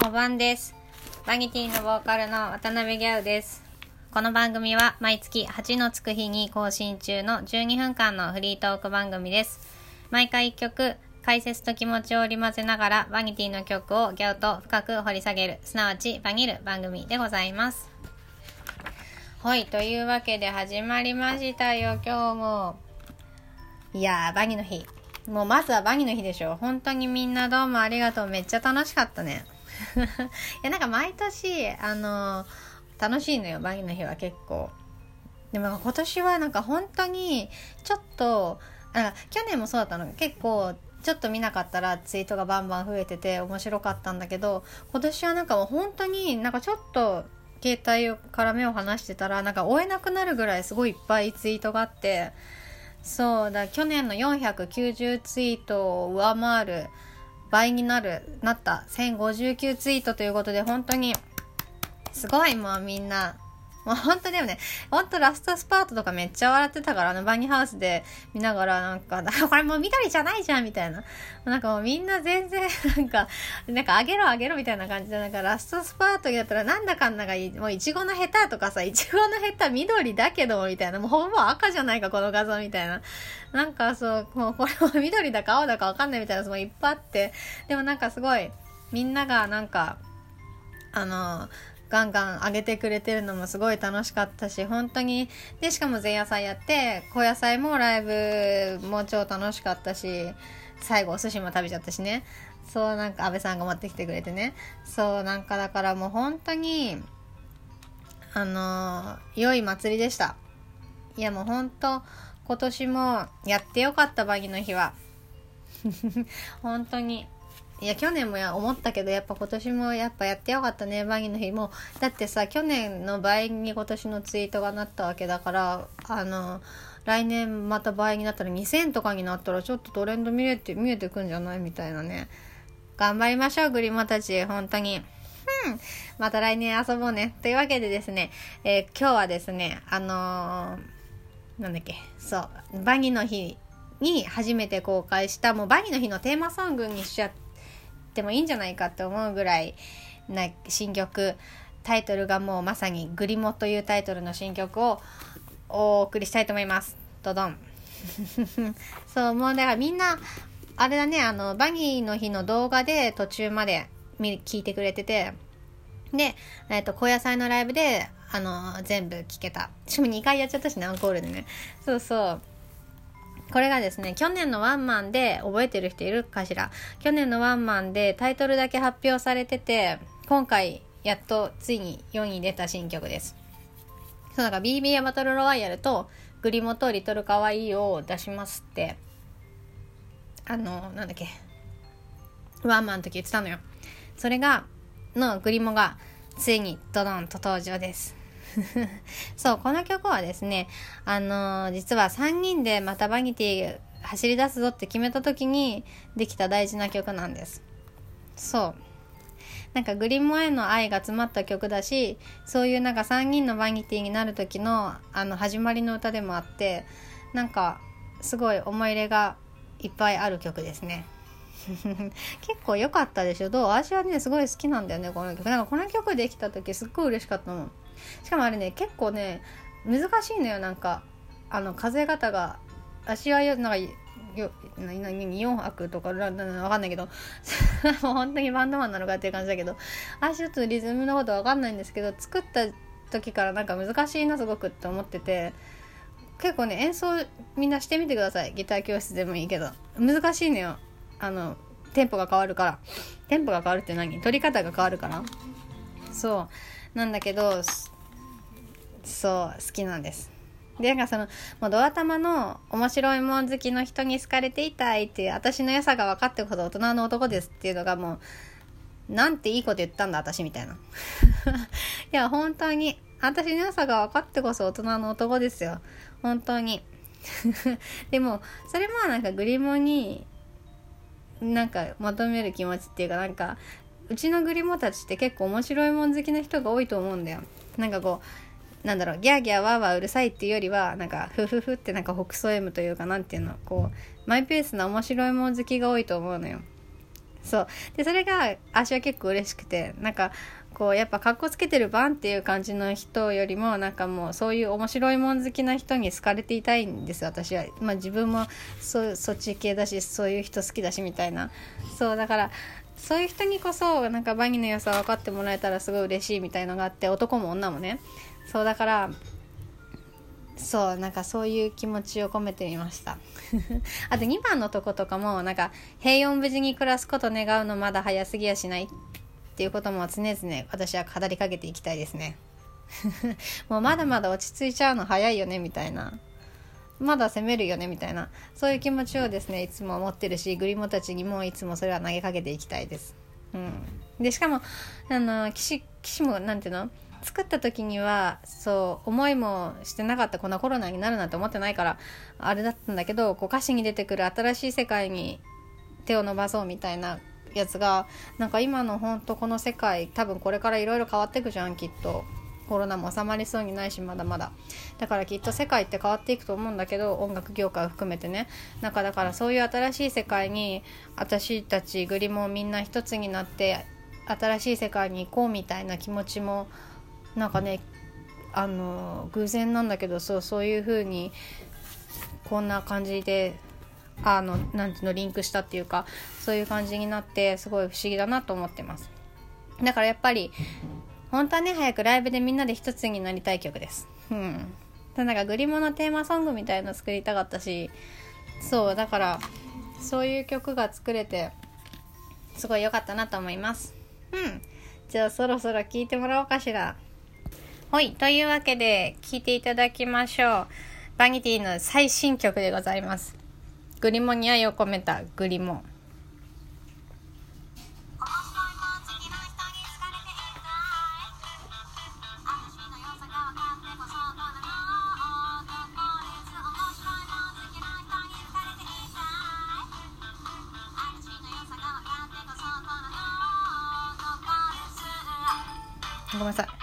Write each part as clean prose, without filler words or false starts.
お晩です。バニティのボーカルの渡辺ギャウです。この番組は毎月8のつく日に更新中の12分間のフリートーク番組です。毎回1曲、解説と気持ちを織り交ぜながらバニティの曲をギャウと深く掘り下げる、すなわちバニる番組でございます。はい、というわけで始まりましたよ、今日も。いやー、バニの日。もうまずはバニの日でしょ。本当にみんなどうもありがとう。めっちゃ楽しかったね。いや、なんか毎年楽しいのよ、バニの日は結構。でも今年はなんか本当にちょっと去年もそうだったの。結構ちょっと見なかったらツイートがバンバン増えてて面白かったんだけど、今年はなんかもう本当になんかちょっと携帯から目を離してたらなんか追えなくなるぐらいすごいいっぱいツイートがあって、そうだ、去年の490ツイートを上回る倍になった1059ツイートということで、本当にすごい。もうみんなもう本当でもね、本当ラストスパートとかめっちゃ笑ってたから、バニーハウスで見ながらなんかこれもう緑じゃないじゃんみたいな、なんかもうみんな全然なんかあげろみたいな感じで、なんかラストスパートやったらなんだかんだがもうイチゴのヘタとかさ、イチゴのヘタ緑だけどみたいな、もうほぼ赤じゃないかこの画像みたいな、なんかそうもうこれも緑だか青だかわかんないみたいなのもいっぱいあって、でもなんかすごいみんながなんかガンガン上げてくれてるのもすごい楽しかったし、本当に。でしかも前夜祭やって後夜祭もライブも超楽しかったし、最後お寿司も食べちゃったしね。そう、なんか安倍さんが持ってきてくれてね。そう、なんかだからもう本当に良い祭りでした。いやもう本当今年もやってよかった、バギの日は。本当に。いや去年も思ったけど、やっぱ今年もやっぱやってよかったね、バギの日も。だってさ、去年の倍に今年のツイートがなったわけだから、来年また倍になったら2000とかになったらちょっとトレンド見えてくんじゃないみたいなね。頑張りましょう、グリモたち、本当に。また来年遊ぼうね。というわけでですね、今日はですね、なんだっけ、そう、バギの日に初めて公開した、もうバギの日のテーマソングにしちゃってもいいんじゃないかって思うぐらいな新曲、タイトルがもうまさにグリモというタイトルの新曲をお送りしたいと思います。ドドン。そう、もうだからみんなあれだね、バギーの日の動画で途中まで聞いてくれてて、で、高野菜のライブで全部聞けた。しかも2回やっちゃったしね、アンコールでね。そうそう、これがですね、去年のワンマンで、覚えてる人いるかしら。去年のワンマンでタイトルだけ発表されてて、今回やっとついに世に出た新曲です。そう、なんか BBA バトルロワイヤルとグリモとリトルカワイイを出しますって、なんだっけ、ワンマンの時言ってたのよ。それがのグリモがついにドドンと登場です。そう、この曲はですね、実は3人でまたバニティ走り出すぞって決めた時にできた大事な曲なんです。そう、なんかグリモへの愛が詰まった曲だし、そういうなんか3人のバニティになる時の始まりの歌でもあって、なんかすごい思い入れがいっぱいある曲ですね。結構良かったでしょ。どう？私はねすごい好きなんだよね、この曲。なんかこの曲できた時すっごい嬉しかったもん。しかもあれね、結構ね難しいのよ。なんか数え方が、私はなんか4拍とかわかんないけどもう本当にバンドマンなのかっていう感じだけど、私ちょっとリズムのことわかんないんですけど、作った時からなんか難しいなすごくって思ってて、結構ね演奏みんなしてみてください。ギター教室でもいいけど難しいのよ。テンポが変わるから。テンポが変わるって何？取り方が変わるから。そうなんだけど、そう好きなんです。で、なんかもうドア玉の面白いもん好きの人に好かれていたいっていう、私の良さが分かってこそ大人の男ですっていうのが、もうなんていいこと言ったんだ私みたいな。いや本当に私の良さが分かってこそ大人の男ですよ、本当に。でもそれもなんかグリモになんか求める気持ちっていうか、なんかうちのグリモたちって結構面白いもん好きな人が多いと思うんだよ。なんかこうなんだろう、ギャーギャーワーワーうるさいっていうよりは、なんかフフフってなんか北総 M というか、なんていうの、こうマイペースな面白いもん好きが多いと思うのよ。 そうでそれが私は結構嬉しくて、なんかこうやっぱ格好つけてるバンっていう感じの人よりも、なんかもうそういう面白いもん好きな人に好かれていたいんです私は。自分もそっち系だし、そういう人好きだしみたいな。そうだからそういう人にこそなんかバギーの良さ分かってもらえたらすごい嬉しいみたいのがあって、男も女もね。そうだからそうなんかそういう気持ちを込めてみましたあと2番のとことかも、なんか平穏無事に暮らすこと願うのまだ早すぎやしないっていうことも常々私は語りかけていきたいですねもうまだまだ落ち着いちゃうの早いよねみたいな、まだ攻めるよねみたいな、そういう気持ちをですねいつも持ってるし、グリモたちにもいつもそれは投げかけていきたいです。でしかも騎士もなんていうの、作った時にはそう思いもしてなかった、こんなコロナになるなんて思ってないからあれだったんだけど、こう歌詞に出てくる新しい世界に手を伸ばそうみたいなやつが、なんか今のほんとこの世界多分これからいろいろ変わっていくじゃんきっと。コロナも収まりそうにないしまだまだだからきっと世界って変わっていくと思うんだけど、音楽業界を含めてね。だからそういう新しい世界に私たちグリもみんな一つになって新しい世界に行こうみたいな気持ちもなんかね偶然なんだけどそういう風にこんな感じでなんていうのリンクしたっていうか、そういう感じになってすごい不思議だなと思ってます。だからやっぱり本当はね早くライブでみんなで一つになりたい曲です。なんかグリモのテーマソングみたいの作りたかったし、そうだからそういう曲が作れてすごい良かったなと思います。じゃあそろそろ聴いてもらおうかしら。はい、というわけで聴いていただきましょう。バニティの最新曲でございます。グリモに愛を込めたグリモ。ごめんなさい。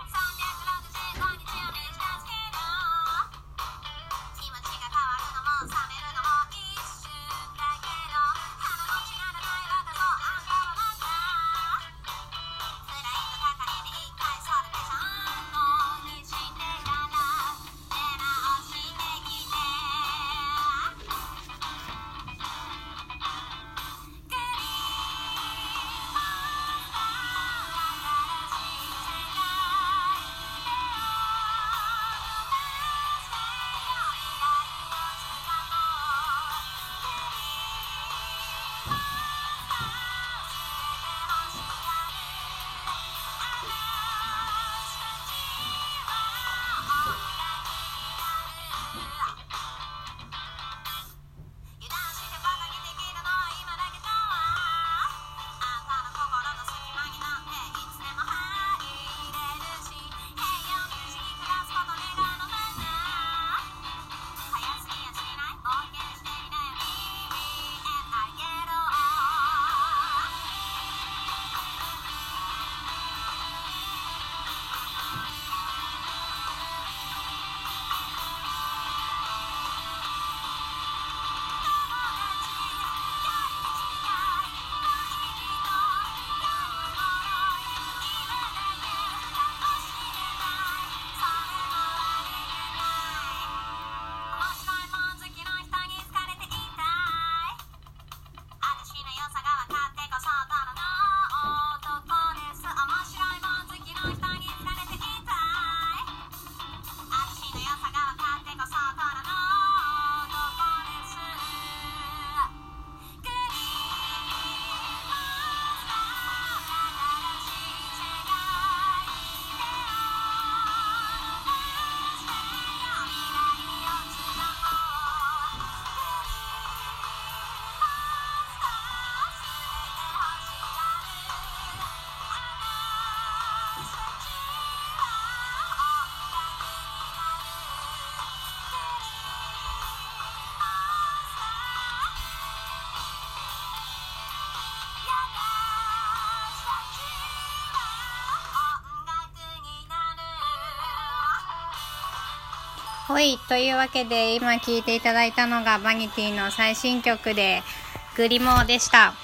はい、というわけで今聴いていただいたのがバニティの最新曲でグリモーでした。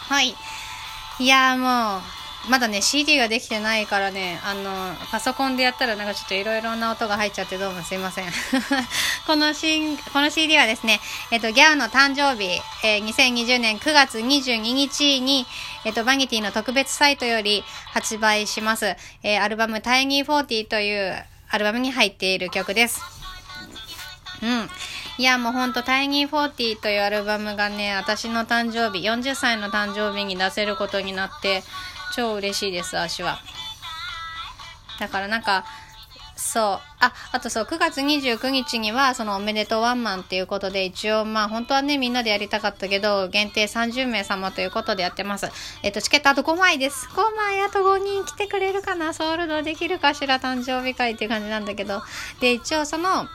はい。いやもう、まだね、CD ができてないからね、パソコンでやったらなんかちょっといろいろな音が入っちゃってどうもすいません。この CD はですね、ギャオの誕生日、2020年9月22日に、バニティの特別サイトより発売します。アルバム Tiny 40というアルバムに入っている曲です。うん。いやもうほんとTiny 40というアルバムがね、私の誕生日、40歳の誕生日に出せることになって、超嬉しいです、私は。だからなんか、そう。あとそう、9月29日には、そのおめでとうワンマンっていうことで、一応まあ本当はね、みんなでやりたかったけど、限定30名様ということでやってます。チケットあと5枚です。5枚、あと5人来てくれるかな、ソールドできるかしら、誕生日会っていう感じなんだけど。で、一応その、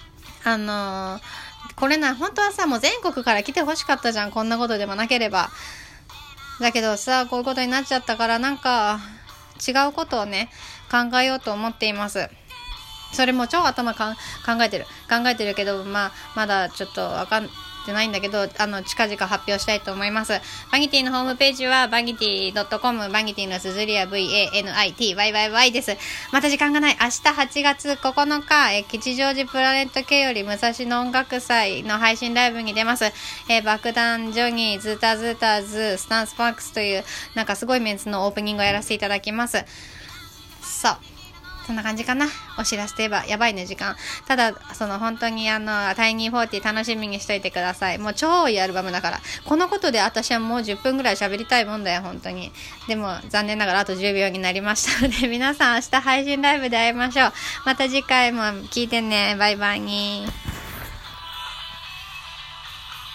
これな、本当はさ、もう全国から来てほしかったじゃん、こんなことでもなければ。だけどさ、こういうことになっちゃったから、なんか違うことをね考えようと思っています。それも超頭考えてるけど、まだちょっとわかんってないんだけど、近々発表したいと思います。バニティのホームページはバニティ .com、 バニティの綴りは VANITYYY です。また時間がない。明日8月9日、吉祥寺プラネット系より武蔵野音楽祭の配信ライブに出ます。爆弾ジョニー、ズータズーターズ、スタンスパークスというなんかすごいメンツのオープニングをやらせていただきます。そう、そんな感じかな。お知らせといえばやばいね、時間。ただその本当にタイニー40楽しみにしといてください。もう超いいアルバムだから。このことで私はもう10分ぐらい喋りたいもんだよ、本当に。でも残念ながらあと10秒になりましたので、皆さん明日配信ライブで会いましょう。また次回も聞いてね。バイバイに。